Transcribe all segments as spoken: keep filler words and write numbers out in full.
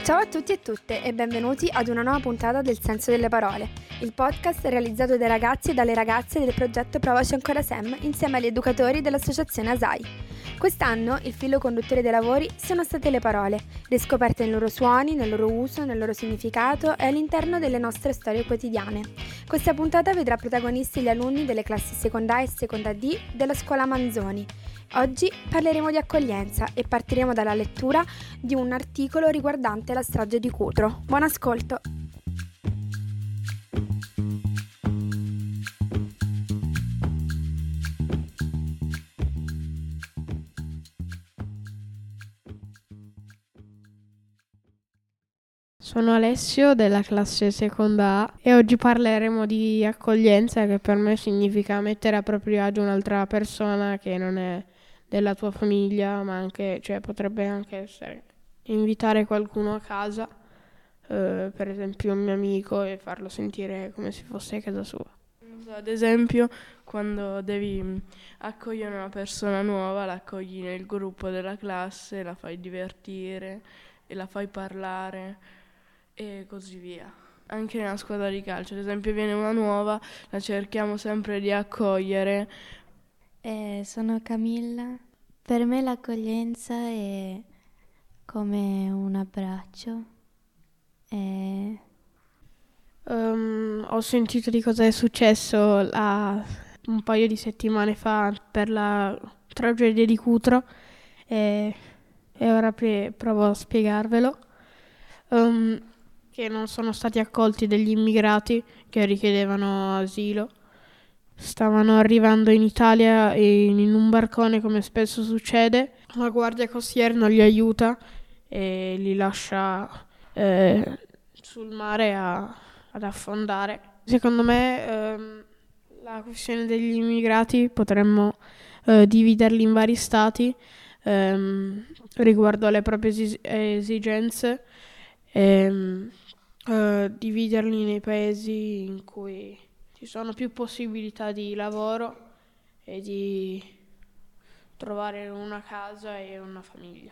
Ciao a tutti e tutte e benvenuti ad una nuova puntata del Senso delle Parole, il podcast realizzato dai ragazzi e dalle ragazze del progetto Provaci Ancora Sem insieme agli educatori dell'associazione A S A I. Quest'anno il filo conduttore dei lavori sono state le parole, riscoperte nei loro suoni, nel loro uso, nel loro significato e all'interno delle nostre storie quotidiane. Questa puntata vedrà protagonisti gli alunni delle classi seconda A e seconda D della scuola Manzoni. Oggi parleremo di accoglienza e partiremo dalla lettura di un articolo riguardante la strage di Cutro. Buon ascolto! Sono Alessio della classe seconda A e oggi parleremo di accoglienza, che per me significa mettere a proprio agio un'altra persona che non è della tua famiglia, ma anche, cioè potrebbe anche essere invitare qualcuno a casa, eh, per esempio un mio amico, e farlo sentire come se fosse a casa sua. Ad esempio, quando devi accogliere una persona nuova, la accogli nel gruppo della classe, la fai divertire e la fai parlare e così via. Anche nella squadra di calcio, ad esempio, viene una nuova, la cerchiamo sempre di accogliere. Eh, sono Camilla. Per me l'accoglienza è come un abbraccio. E... Um, ho sentito di cosa è successo la, un paio di settimane fa per la tragedia di Cutro e, e ora pre- provo a spiegarvelo. Um, che non sono stati accolti degli immigrati che richiedevano asilo. Stavano arrivando in Italia in, in un barcone, come spesso succede. La guardia costiera non li aiuta e li lascia eh, sul mare a, ad affondare. Secondo me ehm, la questione degli immigrati potremmo eh, dividerli in vari stati ehm, riguardo alle proprie esis- esigenze e eh, dividerli nei paesi in cui ci sono più possibilità di lavoro e di trovare una casa e una famiglia.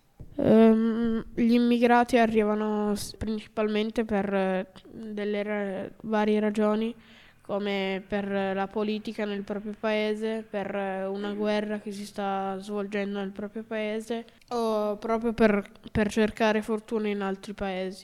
Um, gli immigrati arrivano s- principalmente per eh, delle ra- varie ragioni, come per eh, la politica nel proprio paese, per eh, una guerra che si sta svolgendo nel proprio paese o proprio per, per cercare fortuna in altri paesi.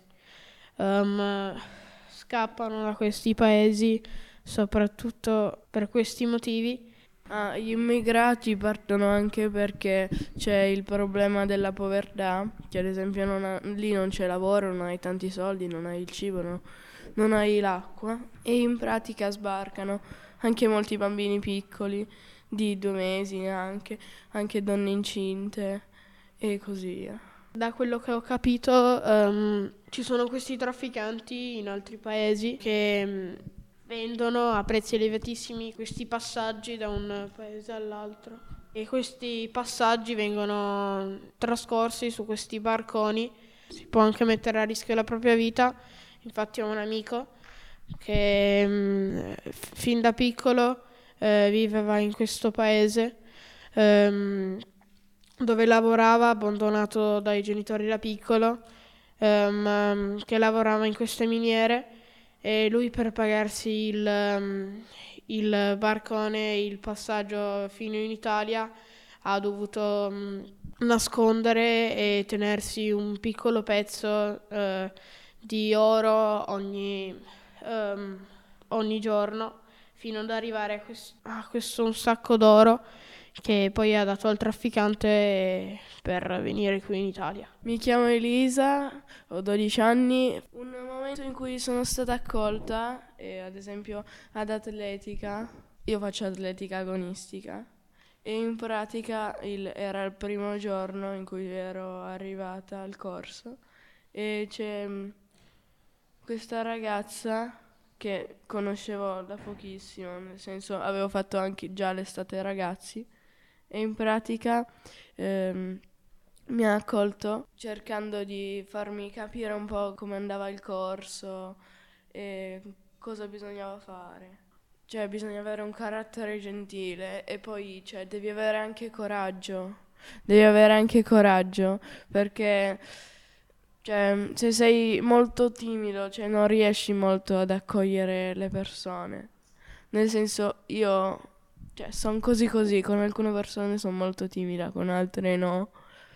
Um, scappano da questi paesi soprattutto per questi motivi. Ah, gli immigrati partono anche perché c'è il problema della povertà, che ad esempio non ha- lì non c'è lavoro, non hai tanti soldi, non hai il cibo, no- non hai l'acqua e in pratica sbarcano anche molti bambini piccoli di due mesi neanche, anche donne incinte e così via. Da quello che ho capito, ehm, ci sono questi trafficanti in altri paesi che ehm, vendono a prezzi elevatissimi questi passaggi da un paese all'altro. E questi passaggi vengono trascorsi su questi barconi. Si può anche mettere a rischio la propria vita. Infatti ho un amico che ehm, f- fin da piccolo eh, viveva in questo paese. ehm, dove lavorava, abbandonato dai genitori da piccolo, ehm, che lavorava in queste miniere e lui per pagarsi il, ehm, il barcone, il passaggio fino in Italia, ha dovuto mm, nascondere e tenersi un piccolo pezzo eh, di oro ogni, ehm, ogni giorno fino ad arrivare a, quest- a questo un sacco d'oro che poi ha dato al trafficante per venire qui in Italia. Mi chiamo Elisa, ho dodici anni. Un momento in cui sono stata accolta, è ad esempio ad atletica, io faccio atletica agonistica e in pratica il- era il primo giorno in cui ero arrivata al corso e c'è mh, questa ragazza che conoscevo da pochissimo, nel senso avevo fatto anche già l'estate ragazzi e in pratica ehm, mi ha accolto cercando di farmi capire un po' come andava il corso e cosa bisognava fare. Cioè bisogna avere un carattere gentile e poi cioè, devi avere anche coraggio, devi avere anche coraggio perché Cioè, se sei molto timido, cioè non riesci molto ad accogliere le persone. Nel senso, io, cioè, sono così così, con alcune persone sono molto timida, con altre no.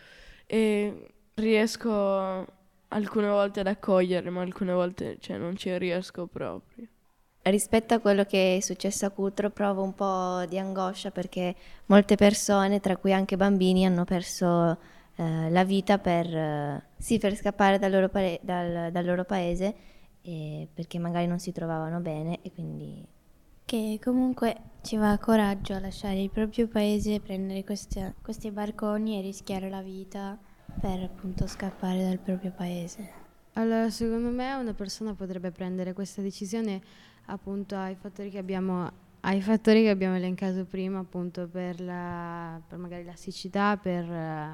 E riesco alcune volte ad accogliere, ma alcune volte, cioè, non ci riesco proprio. Rispetto a quello che è successo a Cutro provo un po' di angoscia perché molte persone, tra cui anche bambini, hanno perso eh, la vita per, eh, sì, per scappare dal loro, pare- dal, dal loro paese e perché magari non si trovavano bene e quindi... Che comunque ci va coraggio a lasciare il proprio paese, prendere queste- questi barconi e rischiare la vita per appunto scappare dal proprio paese. Allora, secondo me una persona potrebbe prendere questa decisione appunto ai fattori che abbiamo, ai fattori che abbiamo elencato prima, appunto per, la, per magari la siccità, per, eh,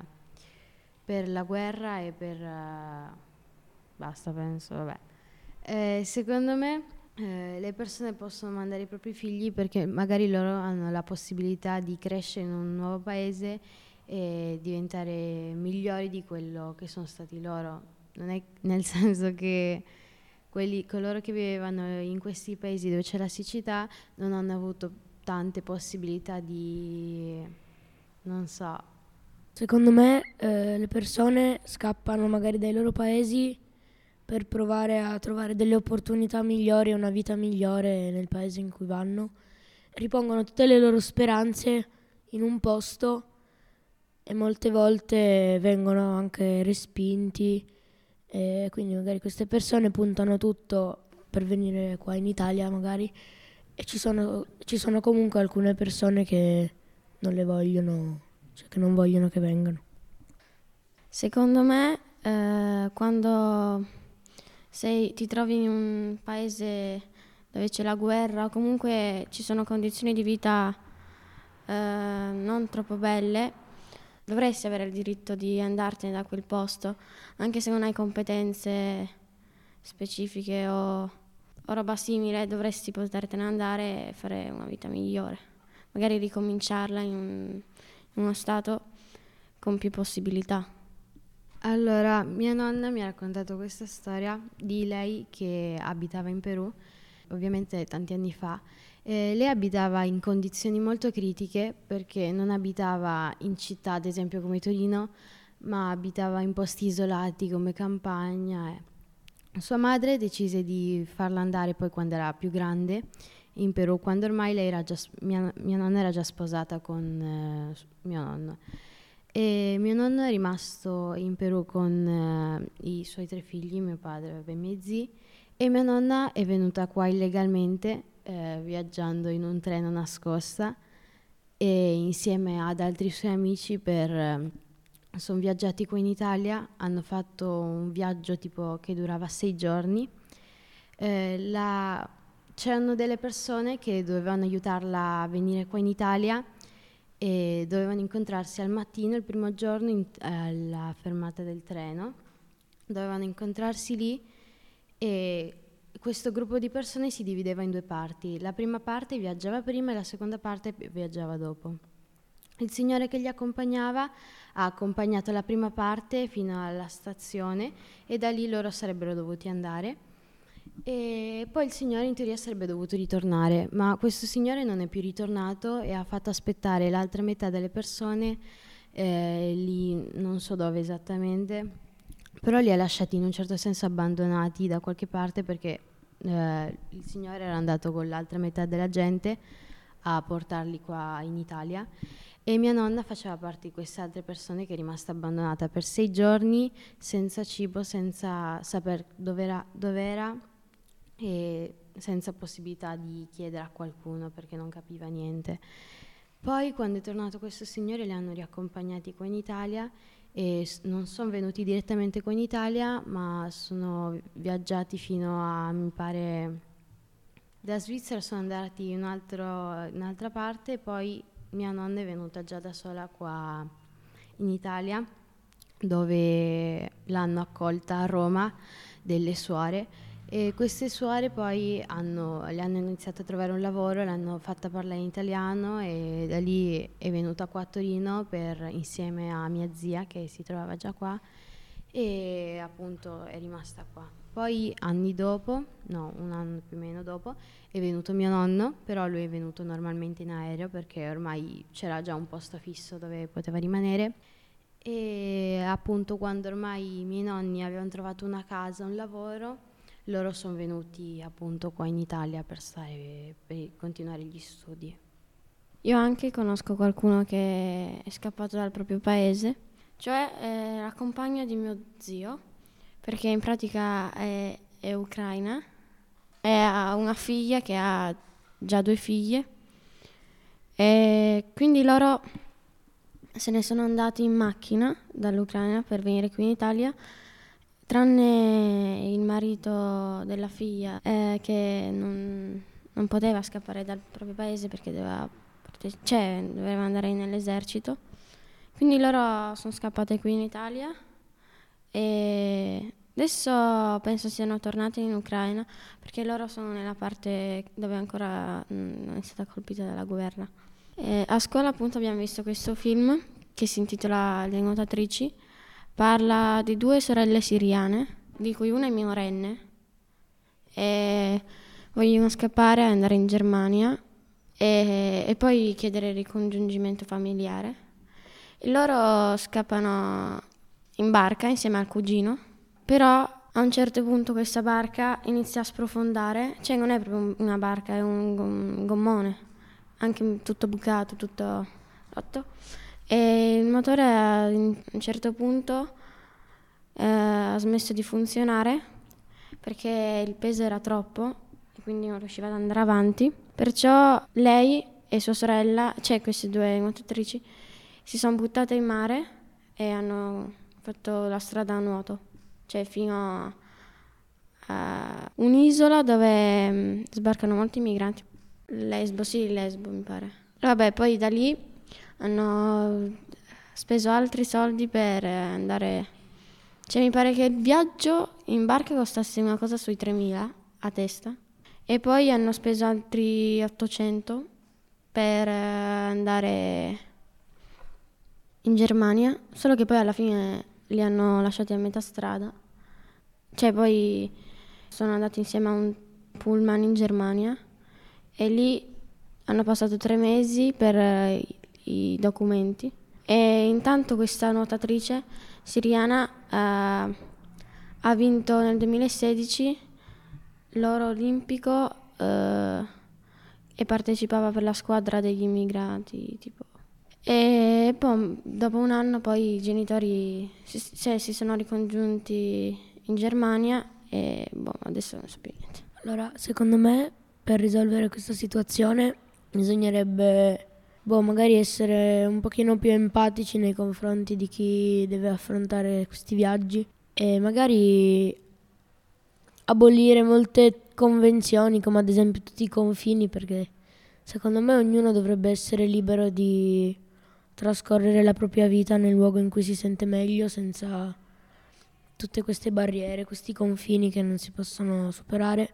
per la guerra e per... eh, basta, penso, vabbè. Eh, secondo me eh, le persone possono mandare i propri figli perché magari loro hanno la possibilità di crescere in un nuovo paese e diventare migliori di quello che sono stati loro. Non è nel senso che quelli, coloro che vivevano in questi paesi dove c'è la siccità non hanno avuto tante possibilità di, non so. Secondo me eh, le persone scappano magari dai loro paesi per provare a trovare delle opportunità migliori e una vita migliore nel paese in cui vanno. Ripongono tutte le loro speranze in un posto e molte volte vengono anche respinti e quindi magari queste persone puntano tutto per venire qua in Italia magari e ci sono, ci sono comunque alcune persone che non le vogliono, cioè che non vogliono che vengano. Secondo me eh, quando sei, ti trovi in un paese dove c'è la guerra o comunque ci sono condizioni di vita eh, non troppo belle, dovresti avere il diritto di andartene da quel posto, anche se non hai competenze specifiche o, o roba simile, dovresti potertene andare e fare una vita migliore, magari ricominciarla in, un, in uno stato con più possibilità. Allora, mia nonna mi ha raccontato questa storia di lei che abitava in Perù, ovviamente tanti anni fa. Eh, lei abitava in condizioni molto critiche perché non abitava in città, ad esempio come Torino, ma abitava in posti isolati come campagna. Eh. Sua madre decise di farla andare poi quando era più grande in Perù, quando ormai lei era già, mia, mia nonna era già sposata con eh, mio nonno. E mio nonno è rimasto in Perù con eh, i suoi tre figli, mio padre e i miei zii, e mia nonna è venuta qua illegalmente, eh, viaggiando in un treno nascosta, e insieme ad altri suoi amici per, eh, sono viaggiati qua in Italia, hanno fatto un viaggio tipo che durava sei giorni. Eh, la, c'erano delle persone che dovevano aiutarla a venire qua in Italia e dovevano incontrarsi al mattino, il primo giorno, in, alla fermata del treno. Dovevano incontrarsi lì e questo gruppo di persone si divideva in due parti. La prima parte viaggiava prima e la seconda parte viaggiava dopo. Il signore che li accompagnava ha accompagnato la prima parte fino alla stazione e da lì loro sarebbero dovuti andare. E poi il signore in teoria sarebbe dovuto ritornare, ma questo signore non è più ritornato e ha fatto aspettare l'altra metà delle persone eh, lì, non so dove esattamente, però li ha lasciati in un certo senso abbandonati da qualche parte perché eh, il signore era andato con l'altra metà della gente a portarli qua in Italia e mia nonna faceva parte di queste altre persone che è rimasta abbandonata per sei giorni senza cibo, senza saper dove era, dove era e senza possibilità di chiedere a qualcuno perché non capiva niente. Poi quando è tornato questo signore li hanno riaccompagnati qua in Italia e non sono venuti direttamente qua in Italia ma sono viaggiati fino a, mi pare, da Svizzera sono andati in, un altro, in un'altra parte e poi mia nonna è venuta già da sola qua in Italia dove l'hanno accolta a Roma delle suore. E queste suore poi hanno, le hanno iniziato a trovare un lavoro, l'hanno fatta parlare in italiano e da lì è venuta qua a Torino per, insieme a mia zia che si trovava già qua e appunto è rimasta qua. Poi anni dopo, no, un anno più o meno dopo, è venuto mio nonno, però lui è venuto normalmente in aereo perché ormai c'era già un posto fisso dove poteva rimanere. E appunto quando ormai i miei nonni avevano trovato una casa, un lavoro, loro sono venuti appunto qua in Italia per stare, per continuare gli studi. Io anche conosco qualcuno che è scappato dal proprio paese, cioè eh, la compagna di mio zio, perché in pratica è, è ucraina, e ha una figlia che ha già due figlie, e quindi loro se ne sono andati in macchina dall'Ucraina per venire qui in Italia, tranne il marito della figlia eh, che non, non poteva scappare dal proprio paese perché doveva, cioè, doveva andare nell'esercito. Quindi loro sono scappate qui in Italia e adesso penso siano tornati in Ucraina perché loro sono nella parte dove ancora non è stata colpita dalla guerra. E a scuola appunto abbiamo visto questo film che si intitola Le nuotatrici, parla di due sorelle siriane, di cui una è minorenne e vogliono scappare e andare in Germania e, e poi chiedere il ricongiungimento familiare. E loro scappano in barca insieme al cugino, però a un certo punto questa barca inizia a sprofondare, cioè non è proprio una barca, è un gommone, anche tutto bucato, tutto rotto, e il motore a un certo punto eh, ha smesso di funzionare perché il peso era troppo e quindi non riusciva ad andare avanti, perciò lei e sua sorella, cioè queste due nuotatrici, si sono buttate in mare e hanno fatto la strada a nuoto, cioè fino a un'isola dove mh, sbarcano molti migranti. Lesbo, sì, Lesbo mi pare. Vabbè, poi da lì hanno speso altri soldi per andare, cioè mi pare che il viaggio in barca costasse una cosa sui tremila a testa e poi hanno speso altri ottocento per andare in Germania, solo che poi alla fine li hanno lasciati a metà strada, cioè poi sono andati insieme a un pullman in Germania e lì hanno passato tre mesi per eh, i documenti e intanto questa nuotatrice siriana eh, ha vinto nel duemilasedici l'oro olimpico eh, e partecipava per la squadra degli immigrati tipo. E poi dopo un anno poi i genitori si, cioè, si sono ricongiunti in Germania e boh, adesso non so più niente. Allora, secondo me, per risolvere questa situazione bisognerebbe boh, magari essere un pochino più empatici nei confronti di chi deve affrontare questi viaggi e magari abolire molte convenzioni, come ad esempio tutti i confini, perché secondo me ognuno dovrebbe essere libero di trascorrere la propria vita nel luogo in cui si sente meglio, senza tutte queste barriere, questi confini che non si possono superare.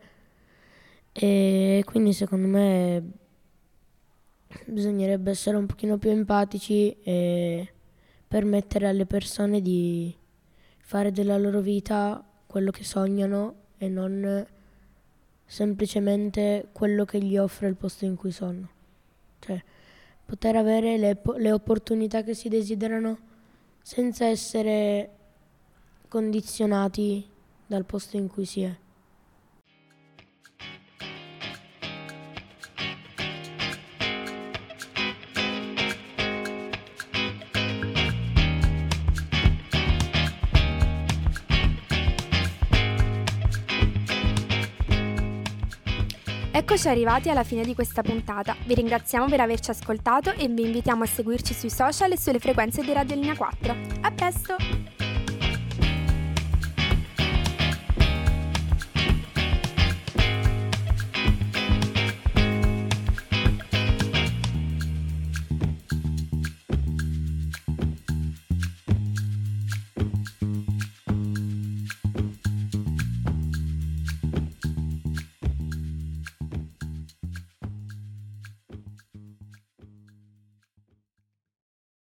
E quindi secondo me bisognerebbe essere un pochino più empatici e permettere alle persone di fare della loro vita quello che sognano e non semplicemente quello che gli offre il posto in cui sono. Cioè, poter avere le, le opportunità che si desiderano senza essere condizionati dal posto in cui si è. Eccoci arrivati alla fine di questa puntata. Vi ringraziamo per averci ascoltato e vi invitiamo a seguirci sui social e sulle frequenze di Radio Linea quattro. A presto!